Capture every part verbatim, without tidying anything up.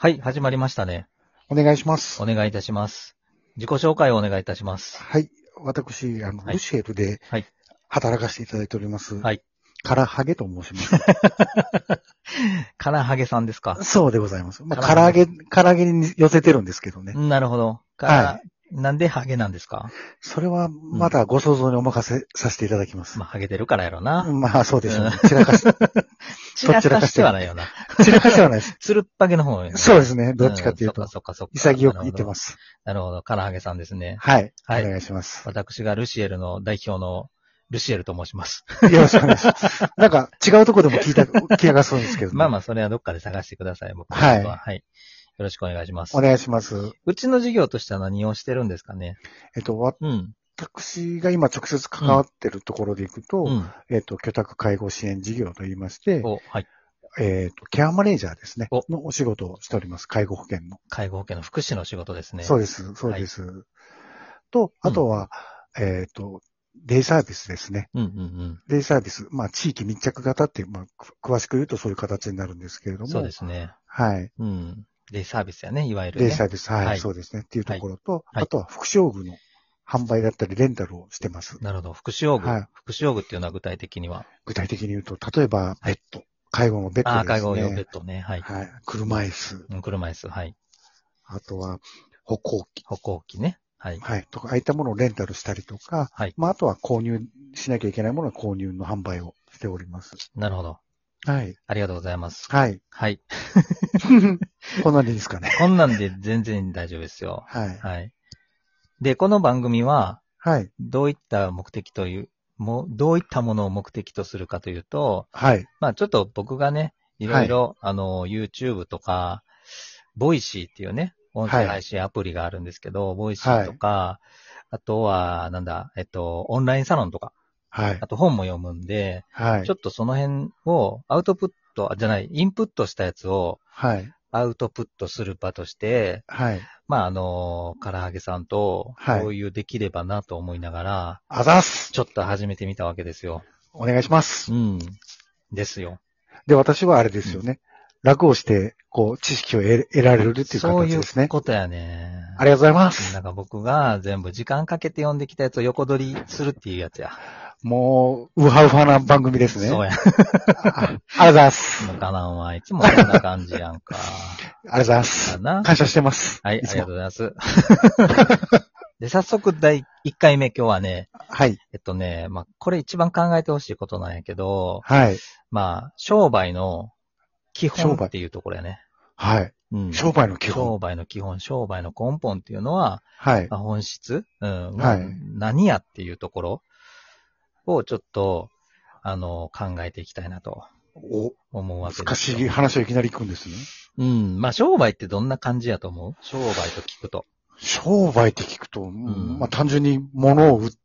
はい、始まりましたね。 お願いします。 お願いいたします。自己紹介をお願いいたします。 はい。私、あの、 はい、 ルシエルではい、 働かせていただいております。 はい。 カラハゲと申します。 カラハゲさんですか？ そうでございます。まあ、 唐揚げ唐揚げ、唐揚げに寄せてるんですけどね。 なるほど。カはラ、なんでハゲなんですか？ それは、まだご想像にお任せさせていただきます。 まあ、ハゲてるからやろな。 まあ、そうでしょうね。 うん散らかし、 散らかしてはないよな。 散らかしてはないです。 つるっぱげの方よね。 そうですね。どっちかっていうと、 んそっかそっかそっか。 潔く言ってます。 なるほど。カラハゲさんですね。 はい。 はい。 お願いします。 私がルシエルの代表のルシエルと申します。 よろしくお願いします。なんか、違うとこでも聞いた気がするんですけど、ね。 まあまあ、それはどっかで探してください。僕のはい。 は。はい。よろしくお願いします。 お願いします。 うちの事業としては何をしてるんですかね？ えっと、わ、 うん。 私が今直接関わってるところでいくと、 うん。 えっと、居宅介護支援事業といいまして、 お、はい。 えっと、ケアマネージャーですね。 おのお仕事をしております。介護保険の。 介護保険の福祉の仕事ですね。 そうです、そうです。と、あとは、えっと、デイサービスですね。 うんうんうん。 デイサービス。まあ、地域密着型っていう、まあ、く詳しく言うとそういう形になるんですけれども。 そうですね。 はい。 うん。デイサービスやね、いわゆるね。 デイサービス、はい、 はいそうですね。っていうところと、 はいあとは福祉用具の販売だったり、レンタルをしてます。 なるほど。福祉用具。 はい。 福祉用具っていうのは具体的には。 具体的に言うと、例えば、ベッド。介護のベッドですね。 ああ、介護用ベッドね。はい。 はい。車椅子。 うん、車椅子。はい。 あとは、歩行器。 歩行器ね。はい。 はい。とか、ああいったものをレンタルしたりとか、 はい。 まあ、あとは購入しなきゃいけないものは購入の販売をしております。 なるほど。 はい。 ありがとうございます。 はい。 はい。 こんなんでいいですかね。 こんなんで全然大丈夫ですよ。 はい。 はい。で、この番組は、 はい。 どういった目的という、もどういったものを目的とするかというと、 はい。 まあちょっと僕がね、いろいろ、あの、YouTube とか、ボイシーっていうね、音声配信アプリがあるんですけど、ボイシーとか、あとは、なんだ、えっと、オンラインサロンとか、 はい。 あと本も読むんで、 はい。 ちょっとその辺をアウトプット、あじゃない、インプットしたやつをはい。 アウトプットする場として、 はい。 まああの、唐揚げさんとはい共有できればなと思いながら、 あざっす。 ちょっと始めてみたわけですよ。 お願いします。 うん。ですよ。 で、私はあれですよね。楽をして、こう、知識を得得られるっていう形ですね。 そういうことやね。 ありがとうございます。 なんか僕が全部時間かけて読んできたやつを横取りするっていうやつや。 もう、ウハウハな番組ですね。 そうや。 あありがとうございます。 もうかなんはいつもこんな感じやんか。 ありがとうございますだ。な。 感謝してます。 はい、ありいつもがとうございます。で、早速第いっかいめ今日はね、 はい。 えっとね、まあ、これ一番考えてほしいことなんやけど、 はい。 まあ、商売の基商売本っていうところやね。 はい。 うん。 商売の基本。 商売の基本、商売の根本っていうのは、 はい。 まあ、本質、うん、 はいが何やっていうところをちょっと、あの、考えていきたいなとお、 思うわけですよ。 難しい話をいきなり行くんですね。 うん。まあ、商売ってどんな感じやと思う？商売と聞くと。 商売って聞くと、 んまあ単純に物を売って、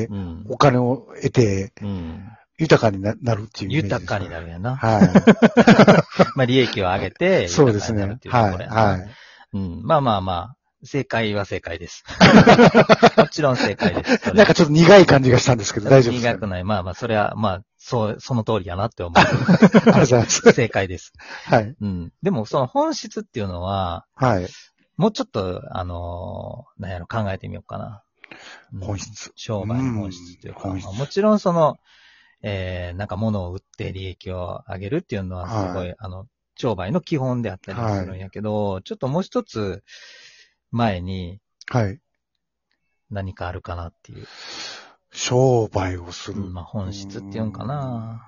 うん。 お金を得て、 うん。 豊かにななるっていうイメージです豊かになるんやな。 はまあ、利益を上げて、 い。そうで豊かになるすねっ。ていうとこはい。 ろやな。 はい。 うん。まあまあまあ、正解は正解です。もちろん正解です。それなんかちょっと苦い感じがしたんですけど、大丈夫ですか、 苦くない。まあまあ、それは、まあ、そう、その通りやなって思う。 ありがとうございます。 正解です。 はい。 うん。でも、その本質っていうのは、 はい。 もうちょっと、あのー、なんやろ、考えてみようかな。うん本質。 商売の本質っていうか、 うん本質まあもちろんその、えー、なんか物を売って利益を上げるっていうのはすごい、 はいあの、商売の基本であったりもするんやけど、ちょっともう一つ前にはい。 何かあるかなっていう。 商売をする。 うんまあ本質っていうんかな。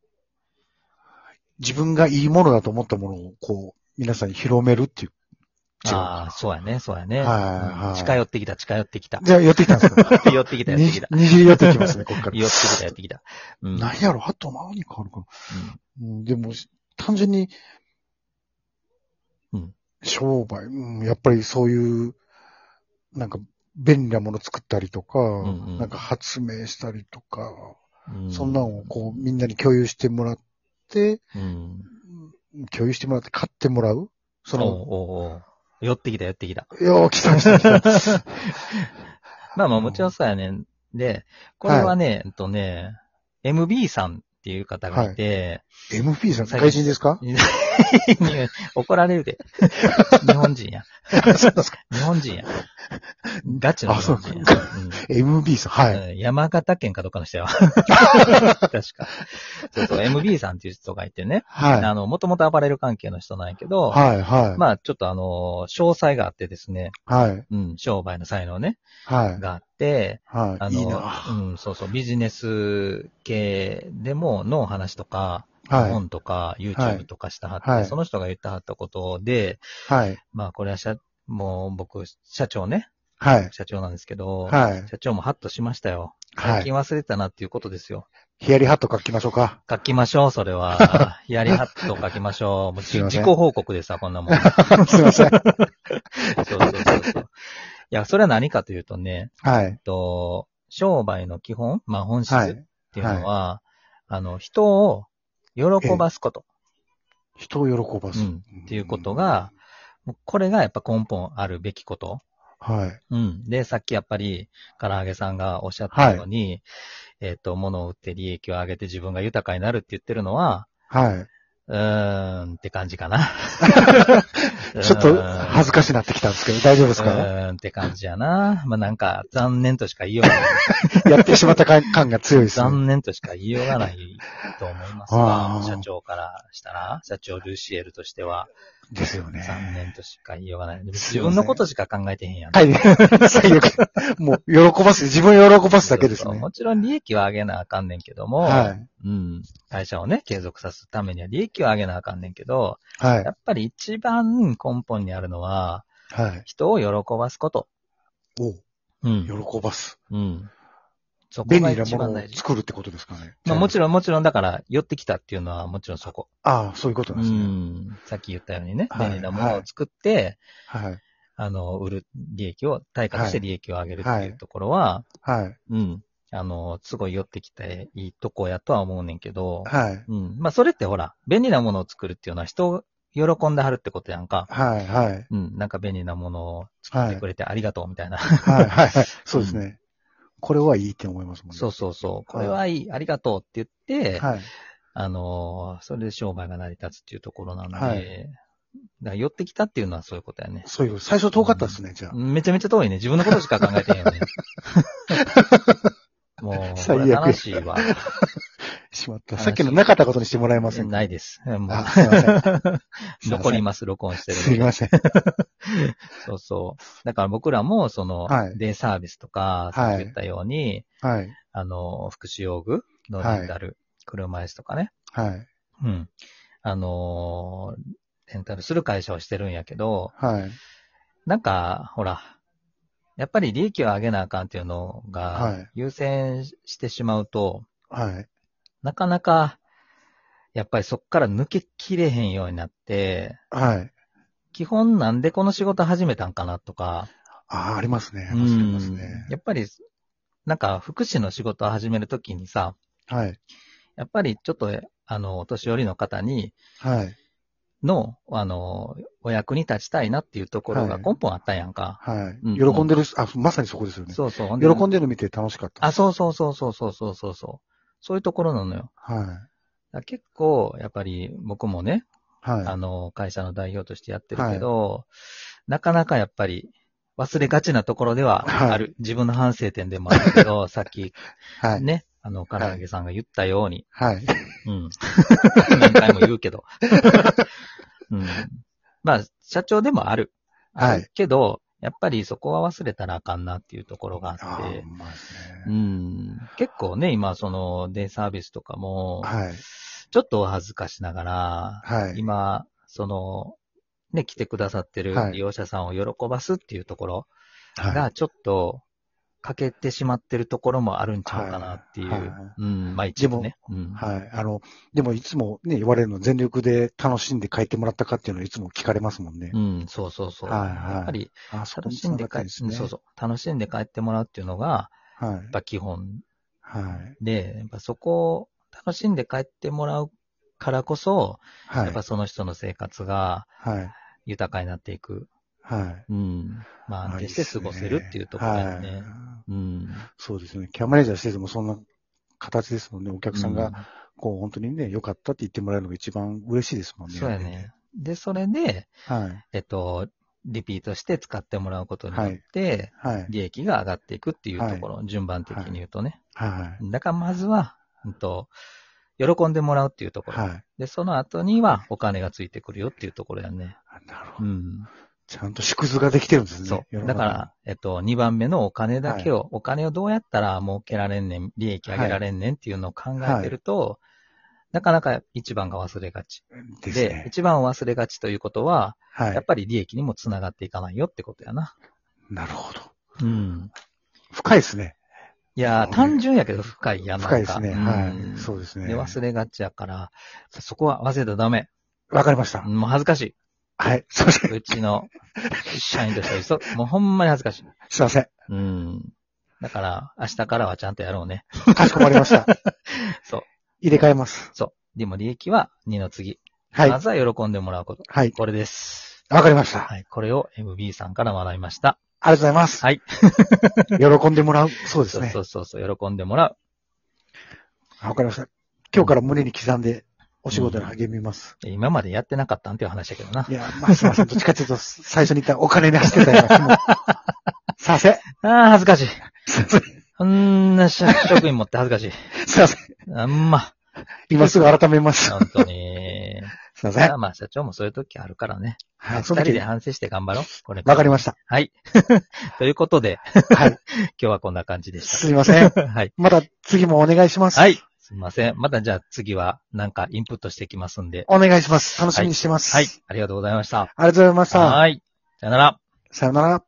自分がいいものだと思ったものを、こう、皆さんに広めるっていう。 ああ、そうやね、そうやね。 はいはいうん近寄ってきた、近寄ってきた。 じゃあ、寄ってきたんですか寄ってきた、寄ってきた。 にじり寄ってきますね、こっから。 寄ってきた、寄ってきた。うん。 何やろ、あと何かあるかな。うん、でも、単純に、 うん。 商売、うん、やっぱりそういう、なんか、便利なもの作ったりとか、 んうんなんか発明したりとか、 うん、 そんなのをこう、みんなに共有してもらって、 うん。 共有してもらって買ってもらうその、 おうおうおう寄ってきた、寄ってきた。 よー、来た来た来た。 まあまあもちろんそうやねん。で、これはね、えっとね、エムビー さんっていう方がいて、 エムピー さん、 最近外人ですか怒られるで。日本人や。 そうですか。 日本人や。ガチの日本人や。 あ、そううん、エムビー さん、はい、 うん。山形県かどっかの人やわ。確か。そうそう、エムビー さんっていう人がいてね。 はい。 あの、もともとアパレル関係の人なんやけど、 はい、はい。 まあ、ちょっとあの、詳細があってですね。 はい。 うん、商売の才能ね。 はい。 があって、 はい。 あの、 いいな。 うん、そうそう、ビジネス系でもの話とか、 はい。 本とか、 は YouTube い。 とかしたはって、 はい。 その人が言ったはったことで、 はい。 まあ、これは社、もう僕、社長ね。 はい。 社長なんですけど、 はい。 社長もハッとしましたよ。最はい。 近忘れてたなっていうことですよ。 ヒヤリハット書きましょうか。 書きましょう、それは。ヒヤリハット書きましょう。もうすいません自己報告でさ、こんなもん。 すいません。 そうそうそうそう。いや、それは何かというとね、えっはい。 と、商売の基本、まあ本質っはい。 ていうのはは、あの、人を喜い。ええ、 ばすこと、 人を喜ばす。 うん、っていうことが、もうこれがやっぱ根本あるべきこと。 はい。 うん。で、さっきやっぱり、唐揚げさんがおっしゃったはい。 ように、えっと、物を売って利益を上げて自分が豊かになるって言ってるのは、 はい。 うーんって感じかな。 ちょっと恥ずかしいなってきたんですけど、大丈夫ですうか？ ーんって感じやな。まあなんか、残念としか言いようがない。 やってしまった感感が強いですね。 残念としか言いようがないと思いますあわ。 ーもう社長からしたら、社長ルシエルとしては、 ですよね。 残念としか言いようがない。 すいま自せん分のことしか考えてへんやん。 はい。最悪。もう、喜ばす、自分を喜ばすだけですね。 そうそうもちろん利益は上げなあかんねんけども、 はい。 うん。会社をね、継続させるためには利益を上げなあかんねんけど、 はいや。っぱり一番根本にあるのは、 はい。 人を喜ばすこと。 おうん。 喜ばす。 うん。そこ便が利なものを一番大事。 作るってことですかね。 まあもちろん。 ろん、もちろんだから寄ってきたっていうのはもちろんそこ。 ああ、そういうことなうんですね。 ん。さっき言ったようにね、 はい便利なものを作って、 はい。 あの、売る利益を、対価として利益を上げるってはいいうところは、 はい。 うん。あの、すごい寄ってきていいとこやとは思うねんけど、 はい。 うん。まあそれってほら、便利なものを作るっていうのは人を喜んではるってことやんか。 はい。はい。 うん。なんか便利なものを作ってくれてありがとうみたいな。 はい。はい。そうですね。これはいいって思いますもんね。 そうそうそう。これははいい、ありがとうって言って、 はい。 あのーそれで商売が成り立つっていうところなんで、 はいだから寄ってきたっていうのはそういうことやね。 そういうこと。最初遠かったですね、じゃあ。 めちゃめちゃ遠いね。自分のことしか考えてへんよね。もう、 最悪これ悲しいわ。 しまった。さっきのなかったことにしてもらえませんか？ ないです。もうあ、すいません。 残ります、録音してるので。 すいません。 そうそう。だから僕らも、その、 はいデイサービスとか、さっき言ったように、 はい。 あの、福祉用具のレンタル、車椅子とかね。 はい。 うん。あのーレンタルする会社をしてるんやけど、 はい。 なんか、ほら、やっぱり利益を上げなあかんっていうのはがい優先してしまうと、 はい。 なかなか、やっぱりそこから抜けきれへんようになって、 はい。 基本なんでこの仕事始めたんかなとか、 ああ、ありますね。あうりますありますんね。 やっぱり、なんか福祉の仕事を始めるときにさ、 はい。 やっぱりちょっと、あの、お年寄りの方に、 はい。 の、あの、お役に立ちたいなっていうところがはい根本あったんやんか。 はい。 うん喜んでる、あ、まさにそこですよね。 そうそう。ほんで喜んでるの見て楽しかった。 あ、そうそうそうそうそうそうそうそう。そういうところなのよ。 はい。 だから結構、やっぱり僕もね、 はい。 あの、会社の代表としてやってるけど、なかなかやっぱり忘れがちなところではある。 はい自分の反省点でもあるけど、さっきはい。 ね、あの、唐揚げさんが言ったように、 はい。 うん。何回も言うけど。うん。まあ、社長でもある。 はいあるけど、やっぱりそこは忘れたらあかんなっていうところがあって、 ああ、まあですうね。 ん。結構ね、今、その、デイサービスとかも、 はい。 ちょっとお恥ずかしながら、 はい。 今、その、ね、来てくださってるはい利用者さんを喜ばすっていうところはい。 が、ちょっと、欠けてしまってるところもあるんちゃうかなっていう。 はいはいうん、まあ一部ね。うん。 はい。あの、でもいつもね、言われるの全力で楽しんで帰ってもらったかっていうのをいつも聞かれますもんね。 うん、そうそうそう。 はいはいやっぱり、 あ、そこ楽に繋しんで帰っがってるんですね。 うんそうそう。楽しんで帰ってもらうっていうのが、 はいやっ。ぱ基本はい。 で、やっぱそこを楽しんで帰ってもらうからこそ、 はい。 やっぱその人の生活がはい。 豊かになっていく。 はい。 うん。まあ安定して過ごせるっていうところだよね。 はい。 うん。 そうですね。キャンマネージャーしててもそんな形ですもんね。お客さんがこう本当にね、良かったって言ってもらえるのが一番嬉しいですもんね。 そうやね。で、それで、 はい。 えっと、リピートして使ってもらうことによって、 はい。 利益が上がっていくっていうところ、 は順番的に言うとね。 はい。 だからまずは、うんと、喜んでもらうっていうところ。 はい。 で、その後にはお金がついてくるよっていうところやね。 なるほど。 うん。 ちゃんと縮図ができてるんですね。 そう。だから、えっと、にばんめのお金だけを、はい、お金をどうやったら儲けられんねん、利益上げられんねんっていうのを考えてると、はい、なかなかいちばんが忘れがち。 ですね。 で、いちばんを忘れがちということは、 はい、 やっぱり利益にもつながっていかないよってことやな。 なるほど。 うん。 深いですね。 いやー、単純やけど深いやな。 深いですね。 うん、 はい。そうですね。 で、忘れがちやから、そこは忘れたらダメ。 わかりました。 もう恥ずかしい。 はい。すいません。 うちの社員としては、もうほんまに恥ずかしい。 すいません。 うん。だから、明日からはちゃんとやろうね。 かしこまりました。 そう。 入れ替えます。 そう。でも利益はにの次。 はい。 まずは喜んでもらうこと。 はい。 これです。 わかりました。 はい。これを エムビー さんから学びました。 ありがとうございます。 はい。 喜んでもらう。そうですね。 そうそうそう、喜んでもらう。 わかりました。今日から胸に刻んでお仕事に励みます。 うん、今までやってなかったんっていう話だけどな。 いや、まあ、すいません。どっちかというと、最初に言ったお金に走ってたような気も。させ。 ああ、恥ずかしい。そんな職員持って恥ずかしい。 すいません。 あんま。 今すぐ改めます。 本当に。 すいません。 まあ、社長もそういう時あるからね。 はい。 二人で反省して頑張ろう。これ。 わかりました。 はい。ということで。はい。今日はこんな感じでした。 すいません。 はい。 また次もお願いします。 はい。すいません。またじゃあ次はなんかインプットしてきますんで。 お願いします。楽しみにしてます。 はい。はい、ありがとうございました。 ありがとうございました。 はい。さよなら。 さよなら。